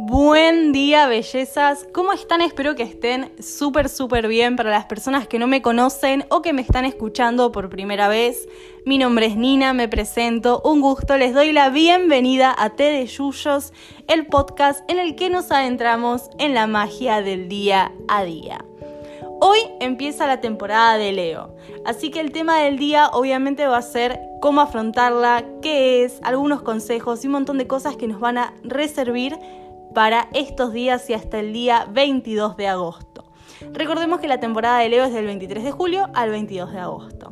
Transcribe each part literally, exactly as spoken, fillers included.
Buen día, bellezas. ¿Cómo están? Espero que estén súper, súper bien. Para las personas que no me conocen o que me están escuchando por primera vez, mi nombre es Nina, me presento. Un gusto, les doy la bienvenida a Té de Yuyos, el podcast en el que nos adentramos en la magia del día a día. Hoy empieza la temporada de Leo, así que el tema del día obviamente va a ser cómo afrontarla, qué es, algunos consejos y un montón de cosas que nos van a reservir para estos días y hasta el día veintidós de agosto. Recordemos que la temporada de Leo es del veintitrés de julio al veintidós de agosto.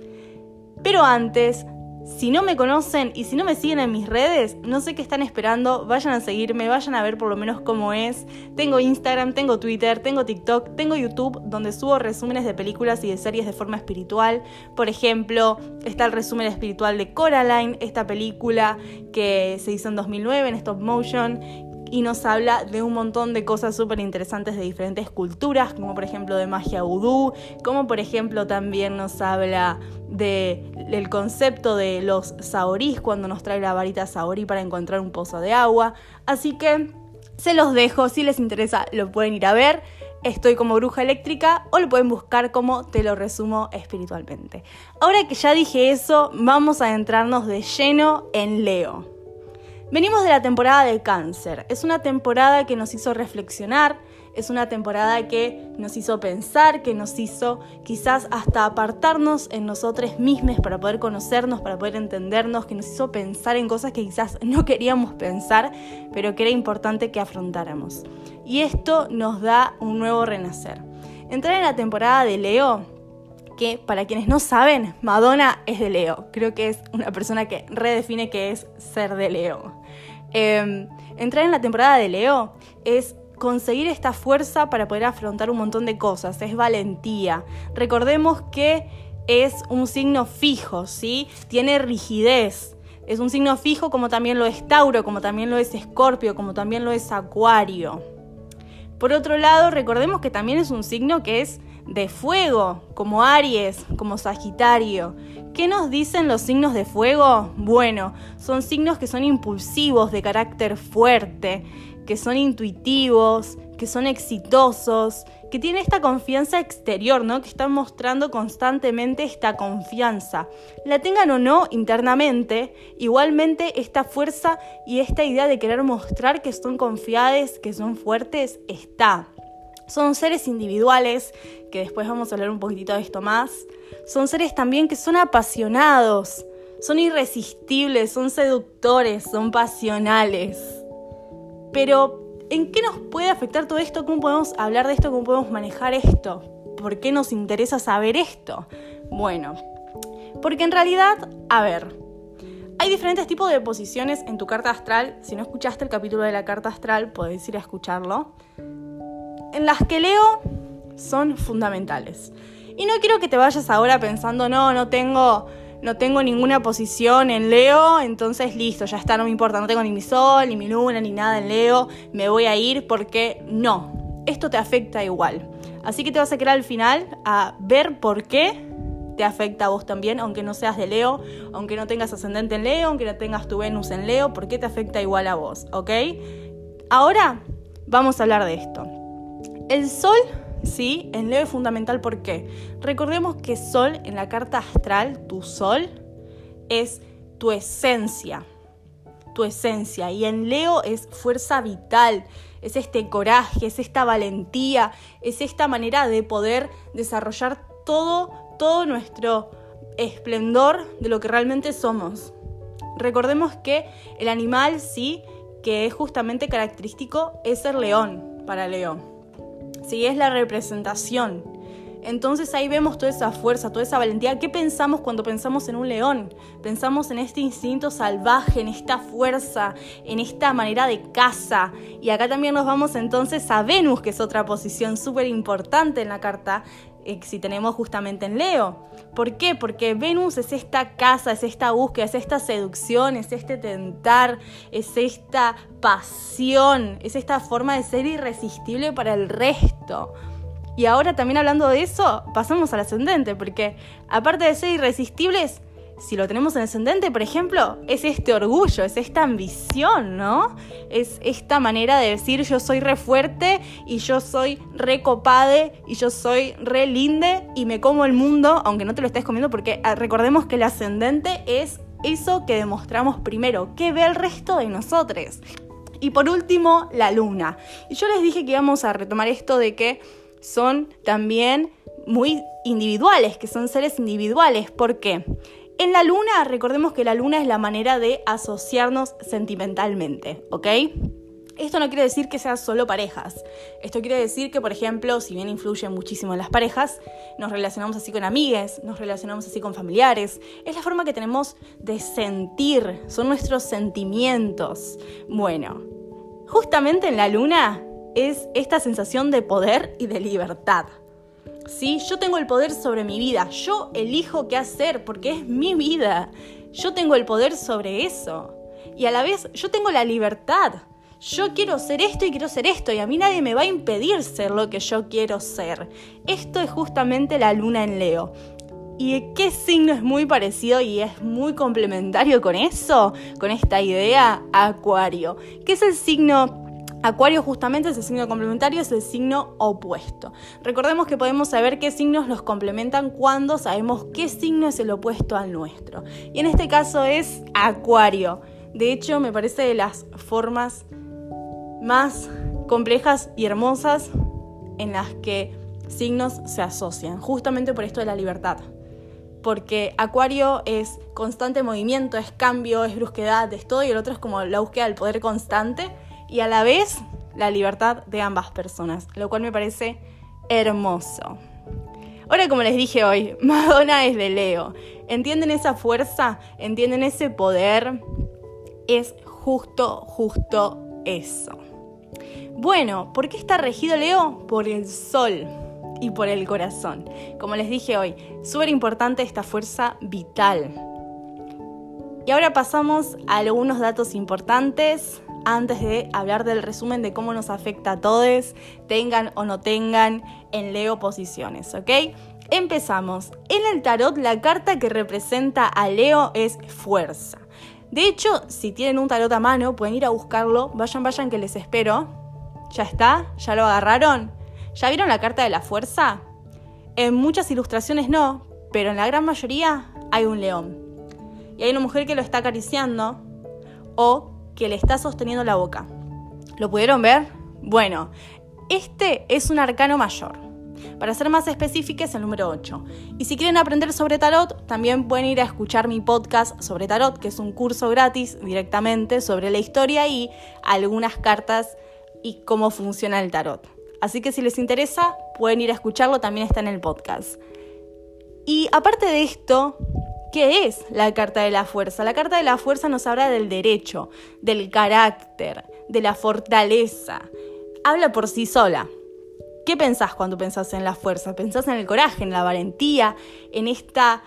Pero antes, si no me conocen y si no me siguen en mis redes, no sé qué están esperando, vayan a seguirme, vayan a ver por lo menos cómo es. Tengo Instagram, tengo Twitter, tengo TikTok, tengo YouTube, donde subo resúmenes de películas y de series de forma espiritual. Por ejemplo, está el resumen espiritual de Coraline, esta película que se hizo en dos mil nueve en stop motion, y nos habla de un montón de cosas súper interesantes de diferentes culturas, como por ejemplo de magia vudú, como por ejemplo también nos habla de, del concepto de los saorís, cuando nos trae la varita saorí para encontrar un pozo de agua. Así que se los dejo, si les interesa lo pueden ir a ver. Estoy como Bruja Eléctrica o lo pueden buscar como Te lo resumo espiritualmente. Ahora que ya dije eso, vamos a adentrarnos de lleno en Leo. Venimos de la temporada de Cáncer. Es una temporada que nos hizo reflexionar, es una temporada que nos hizo pensar, que nos hizo quizás hasta apartarnos en nosotros mismos para poder conocernos, para poder entendernos, que nos hizo pensar en cosas que quizás no queríamos pensar, pero que era importante que afrontáramos. Y esto nos da un nuevo renacer. Entrar en la temporada de Leo, que para quienes no saben, Madonna es de Leo. Creo que es una persona que redefine qué es ser de Leo. Eh, entrar en la temporada de Leo es conseguir esta fuerza para poder afrontar un montón de cosas, es valentía. Recordemos que es un signo fijo, ¿sí? Tiene rigidez. Es un signo fijo como también lo es Tauro, como también lo es Escorpio, como también lo es Acuario. Por otro lado, recordemos que también es un signo que es de fuego, como Aries, como Sagitario. ¿Qué nos dicen los signos de fuego? Bueno, son signos que son impulsivos, de carácter fuerte, que son intuitivos, que son exitosos, que tienen esta confianza exterior, ¿no? Que están mostrando constantemente esta confianza. La tengan o no internamente, igualmente esta fuerza y esta idea de querer mostrar que son confiables, que son fuertes, está. Son seres individuales, que después vamos a hablar un poquitito de esto más. Son seres también que son apasionados, son irresistibles, son seductores, son pasionales. Pero, ¿en qué nos puede afectar todo esto? ¿Cómo podemos hablar de esto? ¿Cómo podemos manejar esto? ¿Por qué nos interesa saber esto? Bueno, porque en realidad, a ver, hay diferentes tipos de posiciones en tu carta astral. Si no escuchaste el capítulo de la carta astral, podés ir a escucharlo. En las que Leo son fundamentales. Y no quiero que te vayas ahora pensando, no, no tengo, no tengo ninguna posición en Leo, entonces listo, ya está, no me importa, no tengo ni mi sol, ni mi luna, ni nada en Leo, me voy a ir porque no, esto te afecta igual. Así que te vas a quedar al final a ver por qué te afecta a vos también, aunque no seas de Leo, aunque no tengas ascendente en Leo, aunque no tengas tu Venus en Leo, por qué te afecta igual a vos, ¿ok? Ahora vamos a hablar de esto. El sol, sí, en Leo es fundamental. ¿Por qué? Recordemos que sol en la carta astral, tu sol, es tu esencia, tu esencia. Y en Leo es fuerza vital, es este coraje, es esta valentía, es esta manera de poder desarrollar todo, todo nuestro esplendor de lo que realmente somos. Recordemos que el animal, sí, que es justamente característico, es el león para Leo. Sí, es la representación. Entonces ahí vemos toda esa fuerza, toda esa valentía. ¿Qué pensamos cuando pensamos en un león? Pensamos en este instinto salvaje, en esta fuerza, en esta manera de caza. Y acá también nos vamos entonces a Venus, que es otra posición súper importante en la carta, eh, si tenemos justamente en Leo. ¿Por qué? Porque Venus es esta caza, es esta búsqueda, es esta seducción, es este tentar, es esta pasión, es esta forma de ser irresistible para el resto. Y ahora también hablando de eso, pasamos al ascendente, porque aparte de ser irresistibles, si lo tenemos en ascendente, por ejemplo, es este orgullo, es esta ambición, ¿no? Es esta manera de decir yo soy re fuerte y yo soy re copade y yo soy re linde y me como el mundo, aunque no te lo estés comiendo, porque recordemos que el ascendente es eso que demostramos primero, que ve el resto de nosotros. Y por último, la luna. Y yo les dije que íbamos a retomar esto de que son también muy individuales, que son seres individuales. ¿Por qué? En la luna, recordemos que la luna es la manera de asociarnos sentimentalmente, ¿ok? Esto no quiere decir que sean solo parejas. Esto quiere decir que, por ejemplo, si bien influye muchísimo en las parejas, nos relacionamos así con amigues, nos relacionamos así con familiares. Es la forma que tenemos de sentir, son nuestros sentimientos. Bueno, justamente en la luna es esta sensación de poder y de libertad. ¿Sí? Yo tengo el poder sobre mi vida, yo elijo qué hacer porque es mi vida. Yo tengo el poder sobre eso. Y a la vez yo tengo la libertad. Yo quiero ser esto y quiero ser esto y a mí nadie me va a impedir ser lo que yo quiero ser. Esto es justamente la luna en Leo. ¿Y qué signo es muy parecido y es muy complementario con eso? Con esta idea, Acuario. ¿Qué es el signo? Acuario justamente es el signo complementario, es el signo opuesto. Recordemos que podemos saber qué signos los complementan cuando sabemos qué signo es el opuesto al nuestro. Y en este caso es Acuario. De hecho, me parece de las formas más complejas y hermosas en las que signos se asocian, justamente por esto de la libertad. Porque Acuario es constante movimiento, es cambio, es brusquedad, es todo, y el otro es como la búsqueda del poder constante y a la vez la libertad de ambas personas, lo cual me parece hermoso. Ahora, como les dije hoy, Madonna es de Leo. ¿Entienden esa fuerza? ¿Entienden ese poder? Es justo, justo eso. Bueno, ¿por qué está regido Leo? Por el sol y por el corazón. Como les dije hoy, súper importante esta fuerza vital. Y ahora pasamos a algunos datos importantes antes de hablar del resumen de cómo nos afecta a todos, tengan o no tengan en Leo posiciones, ¿ok? Empezamos. En el tarot, la carta que representa a Leo es fuerza. De hecho, si tienen un tarot a mano, pueden ir a buscarlo. Vayan, vayan, que les espero. ¿Ya está? ¿Ya lo agarraron? ¿Ya vieron la carta de la fuerza? En muchas ilustraciones no, pero en la gran mayoría hay un león. Y hay una mujer que lo está acariciando o que le está sosteniendo la boca. ¿Lo pudieron ver? Bueno, este es un arcano mayor. Para ser más específicos, es el número ocho. Y si quieren aprender sobre tarot, también pueden ir a escuchar mi podcast sobre tarot, que es un curso gratis directamente sobre la historia y algunas cartas y cómo funciona el tarot. Así que si les interesa, pueden ir a escucharlo, también está en el podcast. Y aparte de esto, ¿qué es la carta de la fuerza? La carta de la fuerza nos habla del derecho, del carácter, de la fortaleza. Habla por sí sola. ¿Qué pensás cuando pensás en la fuerza? Pensás en el coraje, en la valentía, en esta,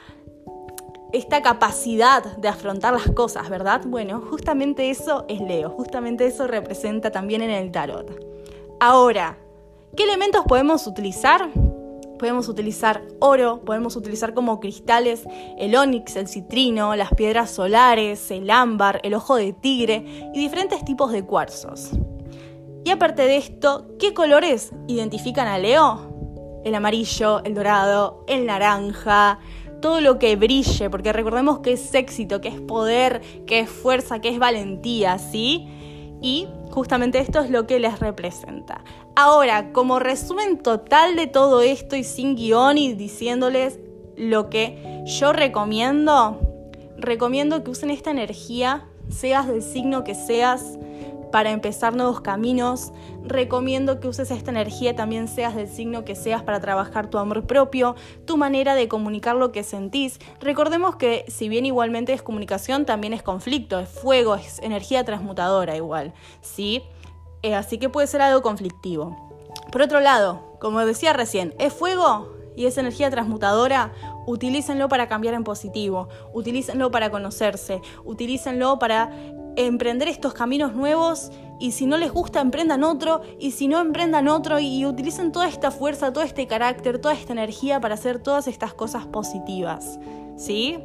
esta capacidad de afrontar las cosas, ¿verdad? Bueno, justamente eso es Leo, justamente eso representa también en el tarot. Ahora, ¿qué elementos podemos utilizar? Podemos utilizar oro, podemos utilizar como cristales el ónix, el citrino, las piedras solares, el ámbar, el ojo de tigre y diferentes tipos de cuarzos. Y aparte de esto, ¿qué colores identifican a Leo? El amarillo, el dorado, el naranja, todo lo que brille, porque recordemos que es éxito, que es poder, que es fuerza, que es valentía, ¿sí? Y justamente esto es lo que les representa. Ahora, como resumen total de todo esto y sin guión y diciéndoles lo que yo recomiendo, recomiendo que usen esta energía, seas del signo que seas, para empezar nuevos caminos. Recomiendo que uses esta energía, también seas del signo que seas, para trabajar tu amor propio, tu manera de comunicar lo que sentís. Recordemos que si bien igualmente es comunicación, también es conflicto, es fuego, es energía transmutadora igual, ¿sí? Eh, así que puede ser algo conflictivo. Por otro lado, como decía recién, es fuego y es energía transmutadora. Utilícenlo para cambiar en positivo, utilícenlo para conocerse, utilícenlo para emprender estos caminos nuevos, y si no les gusta, emprendan otro, y si no, emprendan otro, y utilicen toda esta fuerza, todo este carácter, toda esta energía para hacer todas estas cosas positivas, ¿sí?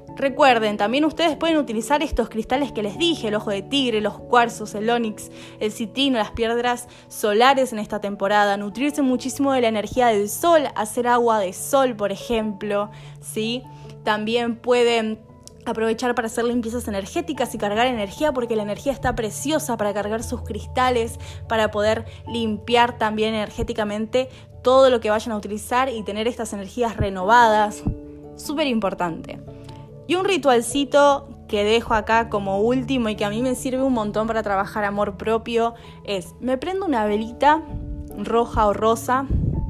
Recuerden, también ustedes pueden utilizar estos cristales que les dije, el ojo de tigre, los cuarzos, el ónix, el citrino, las piedras solares en esta temporada, nutrirse muchísimo de la energía del sol, hacer agua de sol, por ejemplo, ¿sí? También pueden aprovechar para hacer limpiezas energéticas y cargar energía, porque la energía está preciosa para cargar sus cristales, para poder limpiar también energéticamente todo lo que vayan a utilizar y tener estas energías renovadas. Súper importante. Y un ritualcito que dejo acá como último y que a mí me sirve un montón para trabajar amor propio es, me prendo una velita roja o rosa.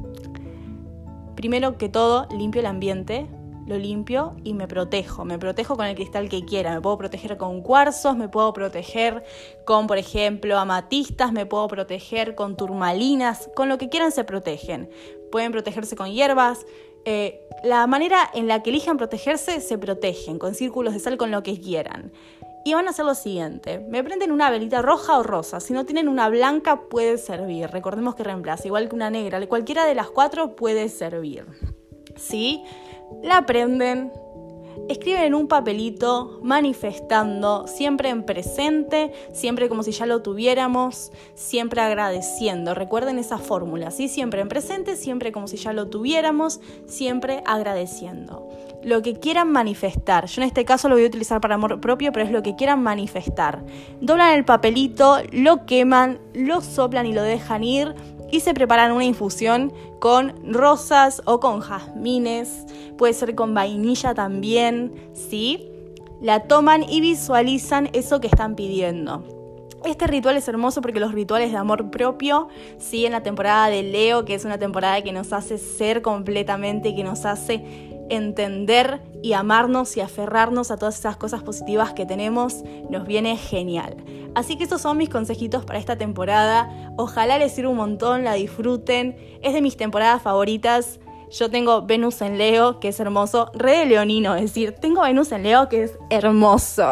Primero que todo, limpio el ambiente, lo limpio y me protejo. Me protejo con el cristal que quiera. Me puedo proteger con cuarzos, me puedo proteger con, por ejemplo, amatistas, me puedo proteger con turmalinas, con lo que quieran se protegen. Pueden protegerse con hierbas. Eh, la manera en la que elijan protegerse, se protegen, con círculos de sal, con lo que quieran. Y van a hacer lo siguiente, me prenden una velita roja o rosa, si no tienen una blanca puede servir, recordemos que reemplaza, igual que una negra, cualquiera de las cuatro puede servir, ¿sí? La prenden, escriben en un papelito manifestando, siempre en presente, siempre como si ya lo tuviéramos, siempre agradeciendo. Recuerden esa fórmula, ¿sí? Siempre en presente, siempre como si ya lo tuviéramos, siempre agradeciendo. Lo que quieran manifestar, yo en este caso lo voy a utilizar para amor propio, pero es lo que quieran manifestar. Doblan el papelito, lo queman, lo soplan y lo dejan ir. Y se preparan una infusión con rosas o con jazmines, puede ser con vainilla también, ¿sí? La toman y visualizan eso que están pidiendo. Este ritual es hermoso porque los rituales de amor propio, ¿sí? En la temporada de Leo, que es una temporada que nos hace ser completamente, que nos hace entender y amarnos y aferrarnos a todas esas cosas positivas que tenemos, nos viene genial. Así que esos son mis consejitos para esta temporada. Ojalá les sirva un montón, la disfruten. Es de mis temporadas favoritas. Yo tengo Venus en Leo, que es hermoso. Re de leonino decir, tengo Venus en Leo, que es hermoso.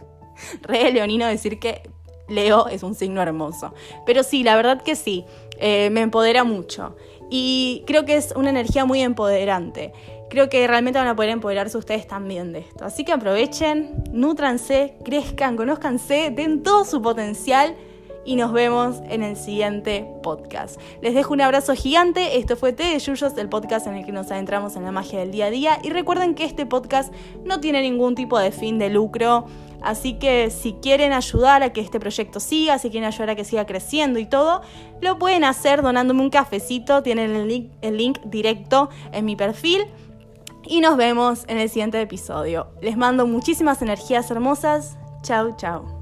Re de leonino decir que Leo es un signo hermoso. Pero sí, la verdad que sí, eh, me empodera mucho. Y creo que es una energía muy empoderante. Creo que realmente van a poder empoderarse ustedes también de esto. Así que aprovechen, nútranse, crezcan, conózcanse, den todo su potencial y nos vemos en el siguiente podcast. Les dejo un abrazo gigante. Esto fue Té de Yuyos, el podcast en el que nos adentramos en la magia del día a día. Y recuerden que este podcast no tiene ningún tipo de fin de lucro. Así que si quieren ayudar a que este proyecto siga, si quieren ayudar a que siga creciendo y todo, lo pueden hacer donándome un cafecito. Tienen el link, el link directo en mi perfil. Y nos vemos en el siguiente episodio. Les mando muchísimas energías hermosas. Chau, chau.